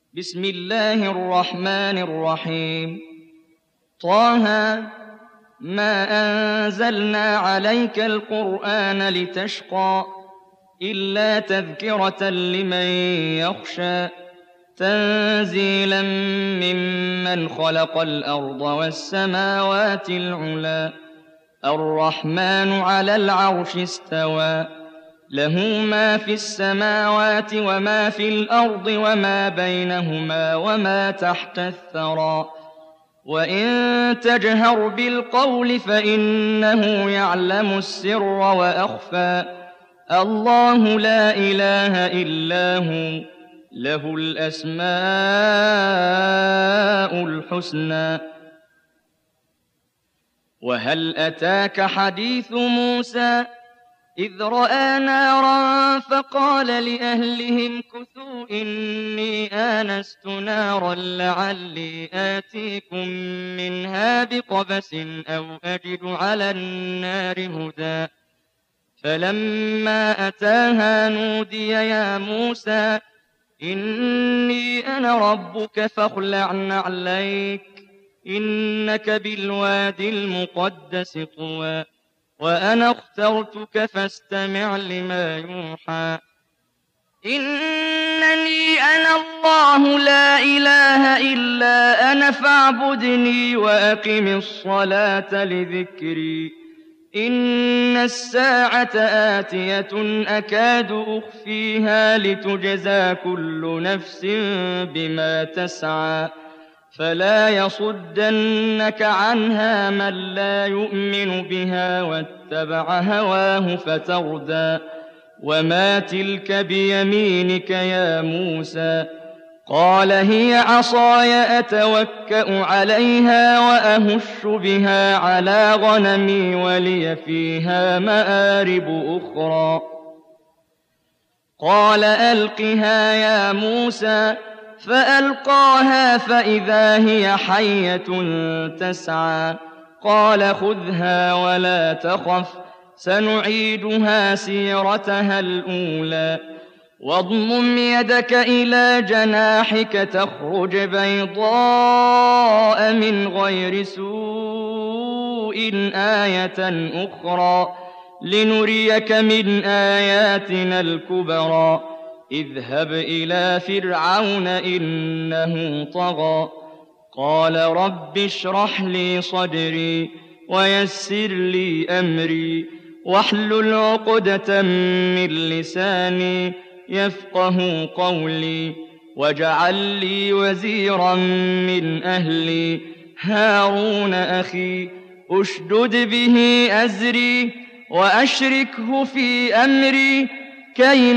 بسم الله الرحمن الرحيم. طه ما أنزلنا عليك القرآن لتشقى إلا تذكرة لمن يخشى تنزيلا ممن خلق الأرض والسماوات العلى الرحمن على العرش استوى له ما في السماوات وما في الأرض وما بينهما وما تحت الثرى وإن تجهر بالقول فإنه يعلم السر وأخفى الله لا إله إلا هو له الأسماء الحسنى. وهل أتاك حديث موسى إذ رأى نارا فقال لأهلهم كثوا إني آنست نارا لعلي آتيكم منها بقبس أو أجد على النار هدى فلما أتاها نودي يا موسى إني أنا ربك فاخلع نعليك إنك بالوادي المقدس طوى وأنا اخترتك فاستمع لما يوحى إنني أنا الله لا إله إلا أنا فاعبدني وأقم الصلاة لذكري إن الساعة آتية أكاد أخفيها لتجزى كل نفس بما تسعى فلا يصدنك عنها من لا يؤمن بها واتبع هواه فتردى وما تلك بيمينك يا موسى قال هي عصاي أتوكأ عليها وأهش بها على غنمي ولي فيها مآرب أخرى قال ألقها يا موسى فألقاها فإذا هي حية تسعى قال خذها ولا تخف سنعيدها سيرتها الأولى واضمم يدك إلى جناحك تخرج بيضاء من غير سوء آية أخرى لنريك من آياتنا الكبرى اذهب إلى فرعون إنه طغى قال رب اشرح لي صدري ويسر لي أمري واحلل عقدة من لساني يفقه قولي واجعل لي وزيرا من أهلي هارون أخي أشدد به أزري وأشركه في أمري كي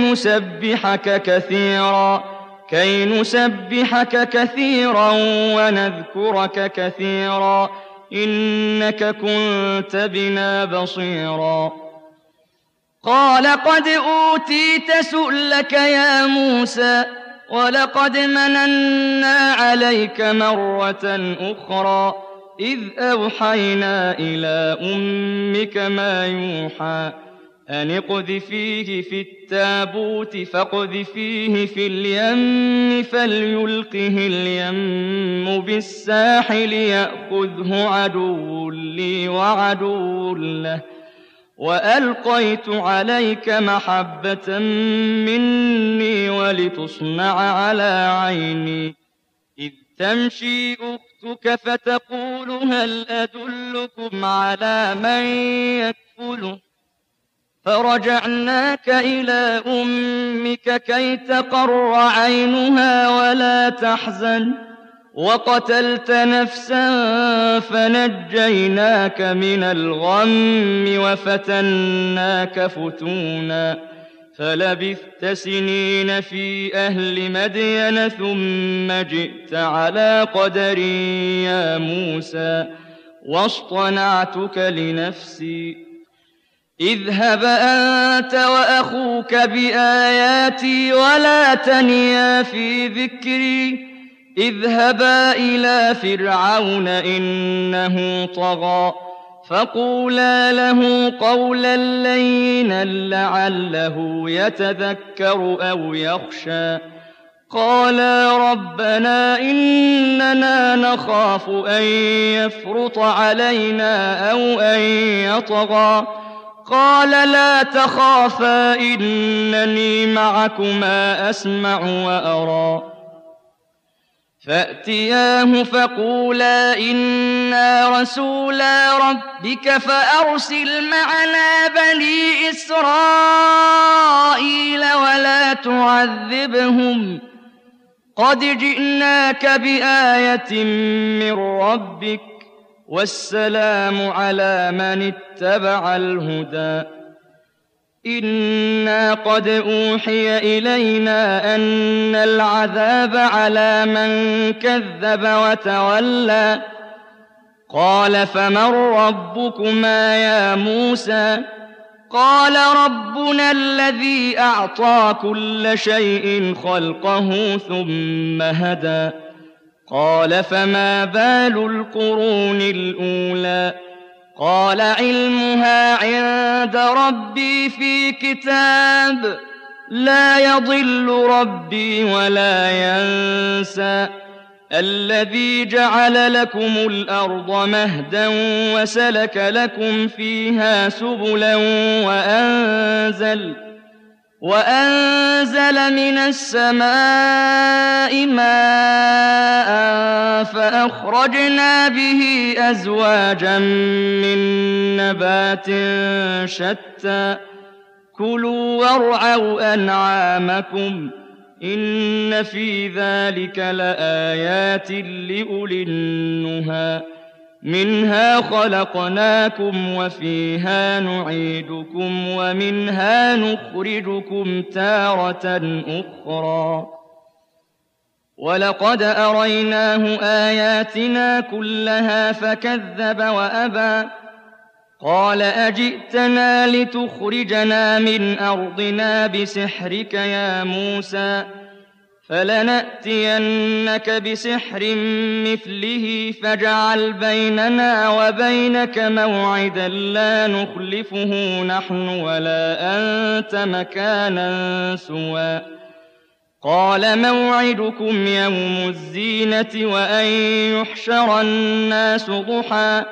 نسبحك كثيرا ونذكرك كثيرا إنك كنت بنا بصيرا قال قد أوتيت سؤلك يا موسى ولقد مننا عليك مرة أخرى إذ أوحينا إلى أمك ما يوحى أن اقذفيه في التابوت فاقذفيه في اليم فليلقه اليم بالساحل يأخذه عدو لي وعدو له وألقيت عليك محبة مني ولتصنع على عيني إذ تمشي أختك فتقول هل أدلكم على من يكفله فرجعناك إلى أمك كي تقر عينها ولا تحزن وقتلت نفسا فنجيناك من الغم وفتناك فتونا فلبثت سنين في أهل مدين ثم جئت على قدر يا موسى واصطنعتك لنفسي اذهب أنت وأخوك بآياتي ولا تنيا في ذكري اذهبا إلى فرعون إنه طغى فقولا له قولا لينا لعله يتذكر أو يخشى قالا ربنا إننا نخاف أن يفرط علينا أو أن يطغى قال لا تخافا إنني معكما أسمع وأرى فأتياه فقولا إنا رسولا ربك فأرسل معنا بني إسرائيل ولا تعذبهم قد جئناك بآية من ربك والسلام على من اتبع الهدى إنا قد أوحي إلينا أن العذاب على من كذب وتولى قال فمن ربكما يا موسى قال ربنا الذي أعطى كل شيء خلقه ثم هدى قال فما بال القرون الأولى قال علمها عند ربي في كتاب لا يضل ربي ولا ينسى الذي جعل لكم الأرض مهدا وسلك لكم فيها سبلا وأنزل من السماء ماء فأخرجنا به أزواجا من نبات شتى كلوا وارعوا أنعامكم إن في ذلك لآيات لأولي النهى منها خلقناكم وفيها نعيدكم ومنها نخرجكم تارة أخرى ولقد أريناه آياتنا كلها فكذب وأبى قال أجئتنا لتخرجنا من أرضنا بسحرك يا موسى فلنأتينك بسحر مثله فاجعل بيننا وبينك موعدا لا نخلفه نحن ولا أنت مكانا سوى قال موعدكم يوم الزينة وأن يحشر الناس ضحى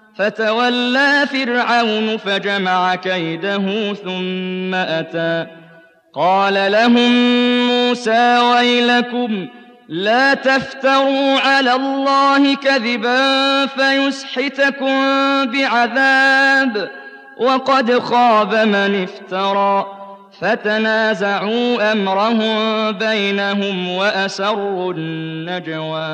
فتولى فرعون فجمع كيده ثم أتى قال لهم موسى ويلكم لا تفتروا على الله كذبا فيسحتكم بعذاب وقد خاب من افترى فتنازعوا أمرهم بينهم وأسروا النجوى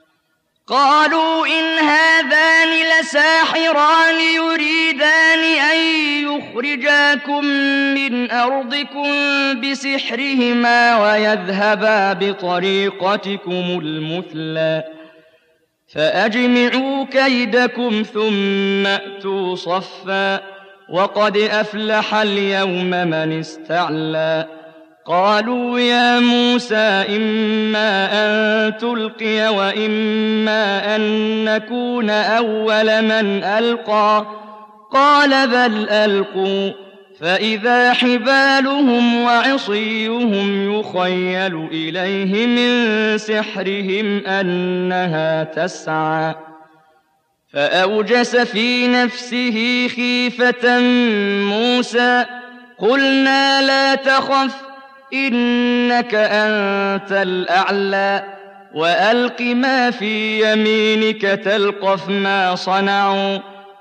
قالوا إن هذان لساحران يريدان أن يخرجاكم من أرضكم بسحرهما ويذهبا بطريقتكم المثلى فأجمعوا كيدكم ثم أتوا صفا وقد أفلح اليوم من استعلى قالوا يا موسى إما أن تلقي وإما أن نكون أول من ألقى قال بل ألقوا فإذا حبالهم وعصيهم يخيل إليه من سحرهم أنها تسعى فأوجس في نفسه خيفة موسى قلنا لا تخف إنك أنت الأعلى وألق ما في يمينك تلقف ما صنعوا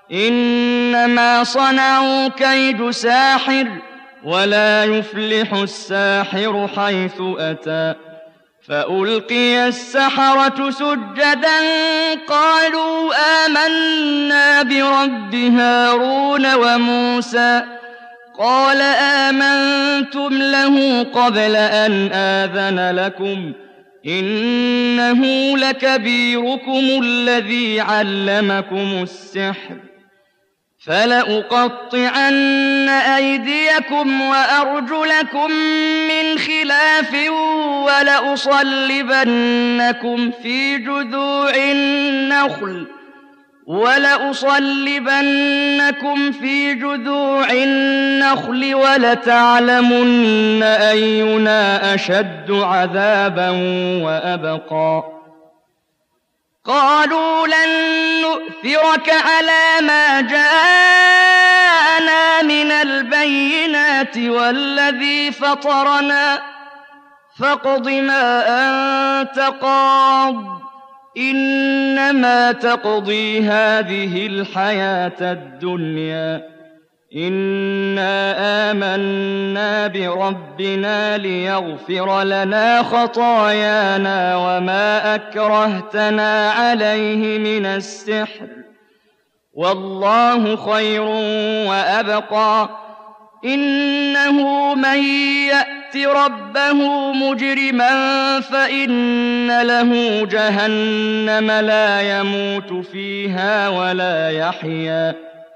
إنما صنعوا كيد ساحر ولا يفلح الساحر حيث أتى فألقي السحرة سجدا قالوا آمنا برب هارون وموسى قال آمنتم له قبل أن آذن لكم إنه لكبيركم الذي علمكم السحر فلأقطعن أيديكم وأرجلكم من خلاف ولأصلبنكم في جذوع النخل وَلَأُصَلِّبَنَّكُمْ فِي جُذُوعِ النَّخْلِ وَلَتَعْلَمُنَّ أَيُّنَا أَشَدُّ عَذَابًا وَأَبْقَىٰ قَالُوا لَن نُّؤْثِرَكَ عَلَىٰ مَا جَاءَنَا مِنَ الْبَيِّنَاتِ وَالَّذِي فَطَرَنَا فَاقْضِ مَا أَنتَ قَاضٍ إِنَّمَا تَقْضِي هَٰذِهِ الْحَيَاةَ الدُّنْيَا إِنَّا آمَنَّا بِرَبِّنَا لِيَغْفِرَ لَنَا خَطَايَانَا وَمَا أَكْرَهْتَنَا عَلَيْهِ مِنَ السِّحْرِ وَاللَّهُ خَيْرٌ وَأَبْقَىٰ إِنَّهُ مَن يَأْتِ رَبَّهُ مُجْرِمًا فَإِنَّ لَهُ جَهَنَّمَ لَا يَمُوتُ فِيهَا وَلَا يَحْيَىٰ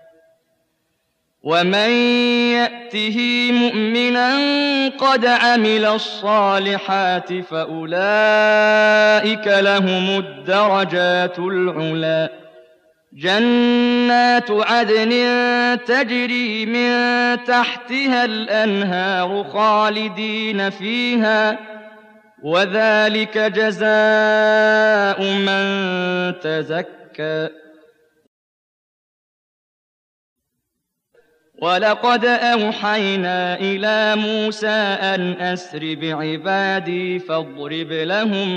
وَمَن يَأْتِهِ مُؤْمِنًا قَدْ عَمِلَ الصَّالِحَاتِ فَأُولَٰئِكَ لَهُمُ الدَّرَجَاتُ الْعُلَىٰ جَنَّاتُ عَدْنٍ تَجْرِي مِن تَحْتِهَا الْأَنْهَارُ خَالِدِينَ فِيهَا وَذَٰلِكَ جَزَاءُ مَن تَزَكَّىٰ وَلَقَدْ أَوْحَيْنَا إِلَىٰ مُوسَىٰ أَنْ أَسْرِ بِعِبَادِي فَاضْرِبْ لَهُمْ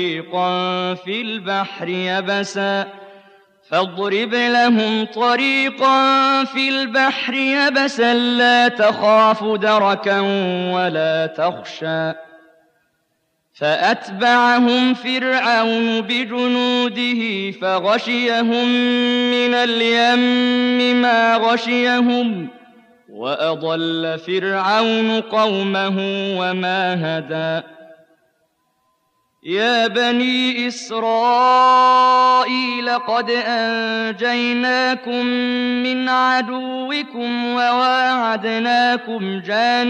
طَرِيقًا فِي الْبَحْرِ يَبَسًا لَّا تَخَافُ دَرَكًا وَلَا تَخْشَىٰ فَأَتْبَعَهُمْ فِرْعَوْنُ بِجُنُودِهِ فَغَشِيَهُم مِّنَ الْيَمِّ مَا غَشِيَهُمْ وَأَضَلَّ فِرْعَوْنُ قَوْمَهُ وَمَا هَدَىٰ يَا بَنِي إِسْرَائِيلَ قَدْ أَنجَيْنَاكُم مِّنْ عَدُوِّكُمْ وَوَاعَدْنَاكُمْ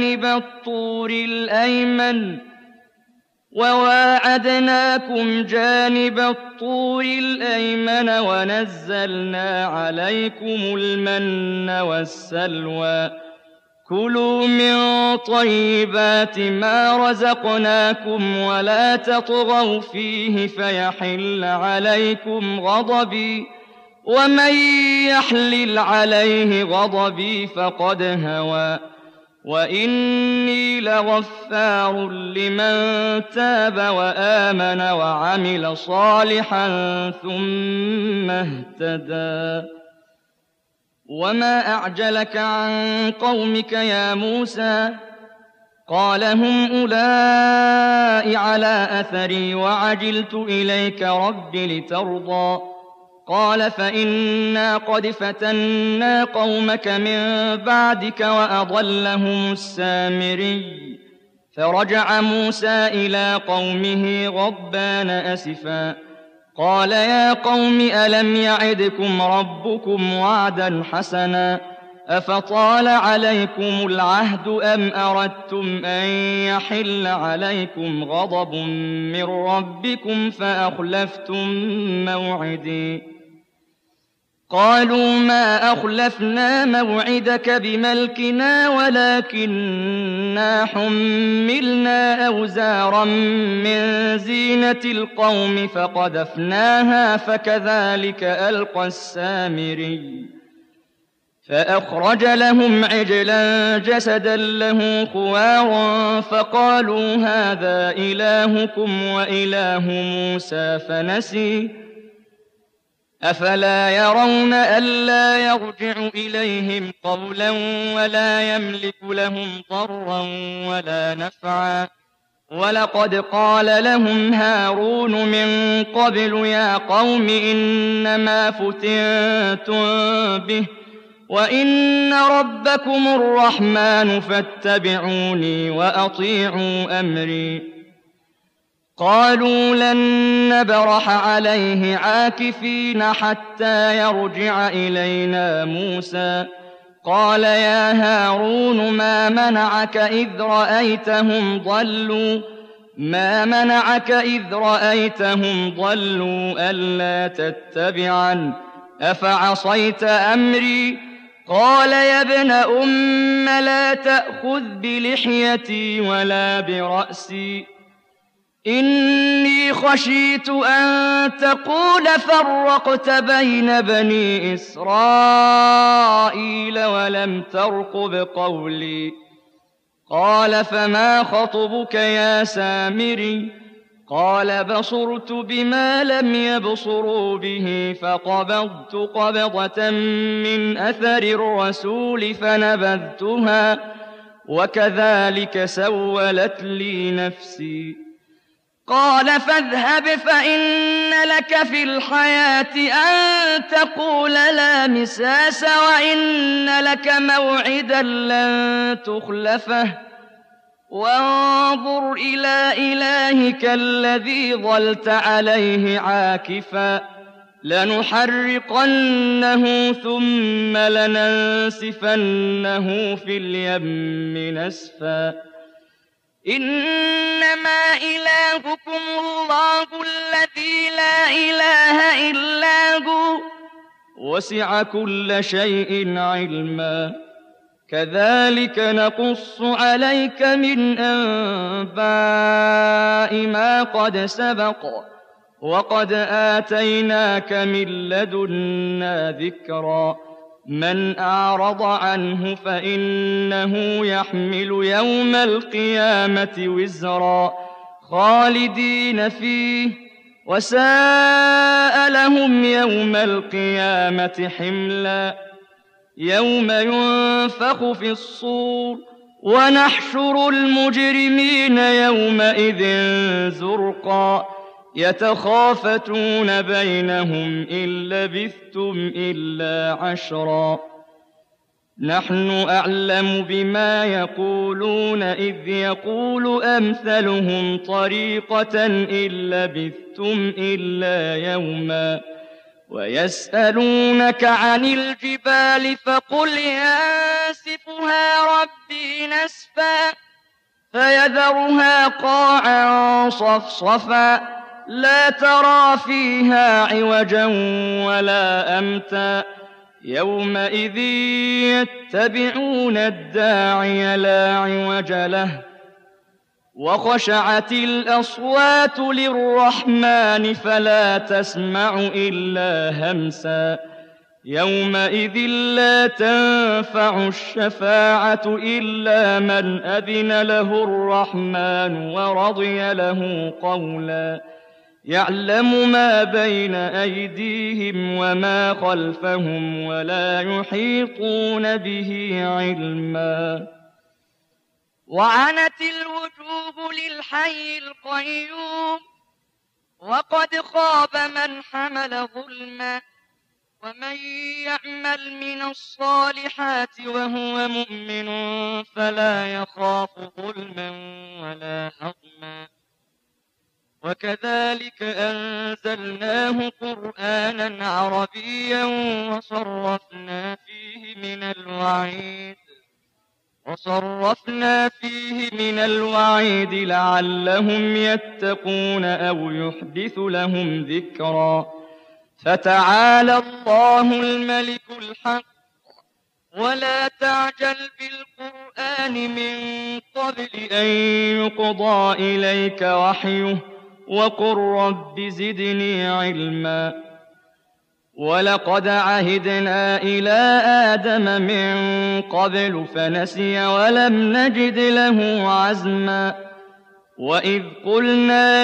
جَانِبَ الطُّورِ الْأَيْمَنَ وَنَزَّلْنَا عَلَيْكُمُ الْمَنَّ وَالسَّلْوَىٰ كُلُوا مِن طَيِّبَاتِ مَا رَزَقْنَاكُمْ وَلَا تَطْغَوْا فِيهِ فَيَحِلَّ عَلَيْكُمْ غَضَبِي وَمَن يَحْلِلْ عَلَيْهِ غَضَبِي فَقَدْ هَوَىٰ وَإِنِّي لَغَفَّارٌ لِّمَن تَابَ وَآمَنَ وَعَمِلَ صَالِحًا ثُمَّ اهْتَدَىٰ وَمَا أَعْجَلَكَ عَن قَوْمِكَ يَا مُوسَىٰ قَالَ هُمْ أُولَاءِ عَلَىٰ أَثَرِي وَعَجِلْتُ إِلَيْكَ رَبِّ لِتَرْضَىٰ قَالَ فَإِنَّا قَدْ فَتَنَّا قَوْمَكَ مِن بَعْدِكَ وَأَضَلَّهُمُ السَّامِرِيُّ فَرَجَعَ مُوسَىٰ إِلَىٰ قَوْمِهِ غَضْبَانَ أَسِفًا قَالَ يَا قَوْمِ أَلَمْ يَعِدْكُمْ رَبُّكُمْ وَعْدًا حَسَنًا أَفَطَالَ عَلَيْكُمُ الْعَهْدُ أَمْ أَرَدتُّمْ أَن يَحِلَّ عَلَيْكُمْ غَضَبٌ مِّن رَّبِّكُمْ فَأَخْلَفْتُم مَّوْعِدِي قَالُوا مَا أَخْلَفْنَا مَوْعِدَكَ بِمَلْكِنَا وَلَٰكِنَّا حُمِّلْنَا أَوْزَارًا مِّن زِينَةِ الْقَوْمِ فَقَذَفْنَاهَا فَكَذَٰلِكَ أَلْقَى السَّامِرِيُّ فَأَخْرَجَ لَهُمْ عِجْلًا جَسَدًا لَّهُ خُوَارٌ فَقَالُوا هَٰذَا إِلَٰهُكُمْ وَإِلَٰهُ مُوسَىٰ فَنَسِيَ أَفَلَا يَرَوْنَ أَلَّا يَرْجِعُ إِلَيْهِمْ قَوْلًا وَلَا يَمْلِكُ لَهُمْ ضَرًّا وَلَا نَفْعًا وَلَقَدْ قَالَ لَهُمْ هَارُونُ مِن قَبْلُ يَا قَوْمِ إِنَّمَا فُتِنتُم بِهِ وَإِنَّ رَبَّكُمُ الرَّحْمَٰنُ فَاتَّبِعُونِي وَأَطِيعُوا أَمْرِي قَالُوا لَن نَّبْرَحَ عَلَيْهِ عَاكِفِينَ حَتَّىٰ يَرْجِعَ إِلَيْنَا مُوسَىٰ قَالَ يَا هَارُونُ مَا مَنَعَكَ إِذْ رَأَيْتَهُمْ ضَلُّوا أَلَّا تَتَّبِعَنِ أفعصيت أمري؟ قال يا ابن أم لا تأخذ بلحيتي ولا برأسي، إني خشيت أن تقول فرقت بين بني إسرائيل ولم ترقب قولي. قال فما خطبك يا سامري؟ قال بصرت بما لم يبصروا به فقبضت قبضة من أثر الرسول فنبذتها وكذلك سولت لي نفسي. قال فاذهب فإن لك في الحياة أن تقول لا مساس وإن لك موعدا لن تخلفه وانظر إلى إلهك الذي ظلت عليه عاكفا لنحرقنه ثم لننسفنه في اليم نسفا. إنما إلهكم الله الذي لا إله إلا هو وسع كل شيء علما. كذلك نقص عليك من أنباء ما قد سبق وقد آتيناك من لدنا ذكرا. من أعرض عنه فإنه يحمل يوم القيامة وزرا خالدين فيه وساء لهم يوم القيامة حملا. يوم ينفخ في الصور ونحشر المجرمين يومئذ زرقا يتخافتون بينهم إن لبثتم إلا عشرا. نحن أعلم بما يقولون إذ يقول أمثلهم طريقة إن لبثتم إلا يوما. ويسألونك عن الجبال فقل ينسفها ربي نسفا فيذرها قاعا صفصفا لا ترى فيها عوجا ولا أمتا. يومئذ يتبعون الداعي لا عوج له وخشعت الأصوات للرحمن فلا تسمع إلا همسا. يومئذ لا تنفع الشفاعة إلا من أذن له الرحمن ورضي له قولا. يعلم ما بين أيديهم وما خلفهم ولا يحيطون به علما. وعنت الوجوه للحي القيوم وقد خاب من حمل ظلما. ومن يعمل من الصالحات وهو مؤمن فلا يخاف ظلما ولا هضما. وكذلك أنزلناه قرآنا عربيا وصرفنا فيه من الوعيد لعلهم يتقون أو يحدث لهم ذكرا. فتعالى الله الملك الحق ولا تعجل بالقرآن من قبل أن يقضى إليك وحيه وقل رب زدني علما. ولقد عهدنا إلى آدم من قبل فنسي ولم نجد له عزما. وإذ قلنا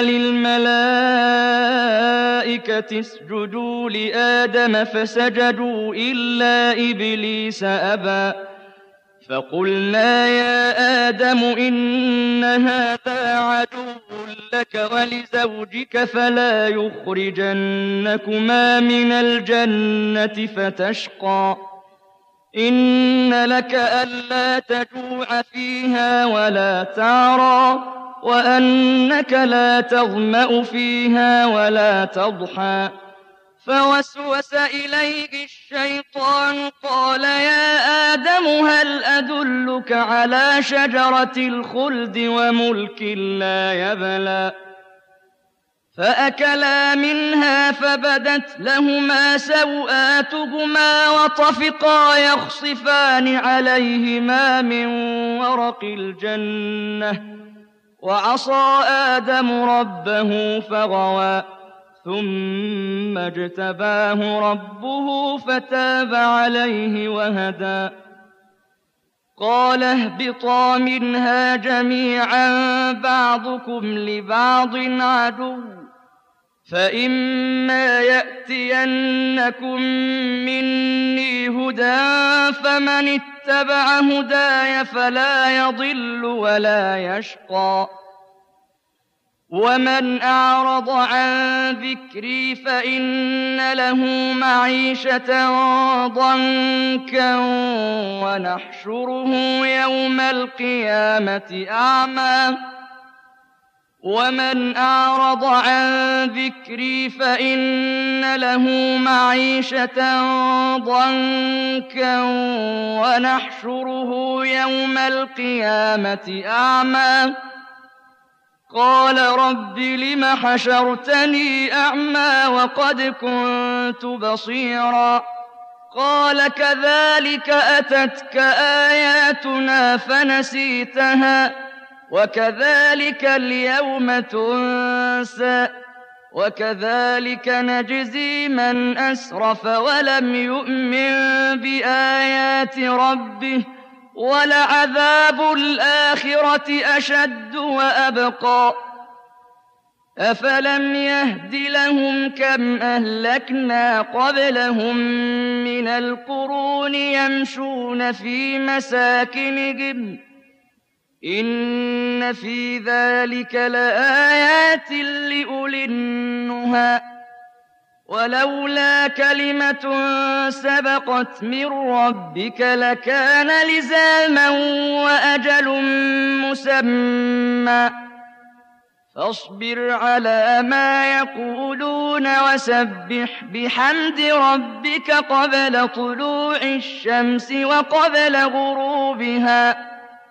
للملائكة اسجدوا لآدم فسجدوا إلا إبليس أبى. فقلنا يا آدم إن هذا عدو لك ولزوجك فلا يخرجنكما من الجنة فتشقى. إن لك ألا تجوع فيها ولا تعرى وأنك لا تظمأ فيها ولا تضحى. فوسوس إليه الشيطان قال يا آدم هل أدلك على شجرة الخلد وملك لا يبلى. فأكلا منها فبدت لهما سوآتهما وطفقا يخصفان عليهما من ورق الجنة وعصى آدم ربه فغوى ثم اجتباه ربه فتاب عليه وهدى قال اهبطا منها جميعا بعضكم لبعض عدو فإما يأتينكم مني هدى فمن اتبع هداي فلا يضل ولا يشقى ومن أعرض عن ذكري فإن له معيشة ضنكا ونحشره يوم القيامة أعمى ومن أعرض عن ذكري فإن له معيشة ضنكا ونحشره يوم القيامة أعمى قال رب لم حشرتني أعمى وقد كنت بصيرا قال كذلك أتتك آياتنا فنسيتها وكذلك اليوم تنسى وكذلك نجزي من أسرف ولم يؤمن بآيات ربه ولعذاب الآخرة أشد وأبقى أفلم يهد لهم كم أهلكنا قبلهم من القرون يمشون في مساكنهم إن في ذلك لآيات لأولي النهى ولولا كلمة سبقت من ربك لكان لزاما وأجل مسمى فاصبر على ما يقولون وسبح بحمد ربك قبل طلوع الشمس وقبل غروبها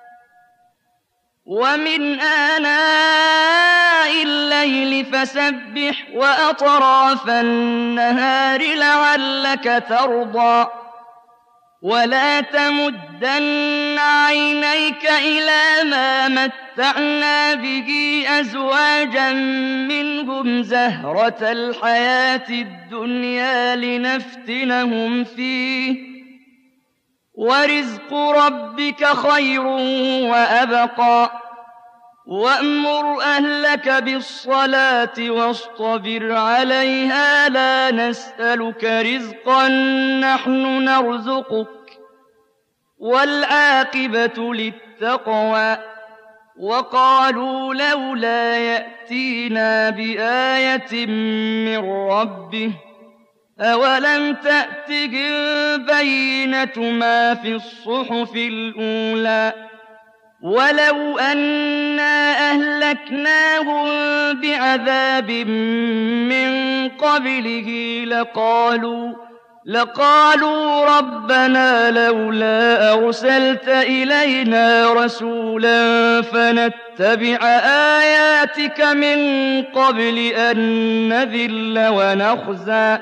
ومن آناء الليل فسبح وأطراف النهار لعلك ترضى ولا تمدن عينيك إلى ما متعنا به أزواجا منهم زهرة الحياة الدنيا لنفتنهم فيه ورزق ربك خير وأبقى وأمر أهلك بالصلاة واصطبر عليها لا نسألك رزقا نحن نرزقك والعاقبة للتقوى وقالوا لولا يأتينا بآية من ربه أولم تأتهم بينة ما في الصحف الأولى ولو أنا أهلكناهم بعذاب من قبله لقالوا ربنا لولا أرسلت إلينا رسولا فنتبع آياتك من قبل أن نذل ونخزى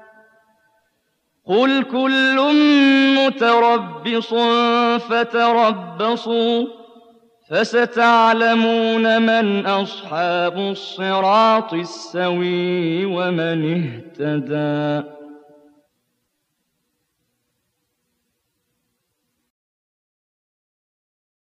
قل كل متربص فتربصوا فستعلمون من أصحاب الصراط السوي ومن اهتدى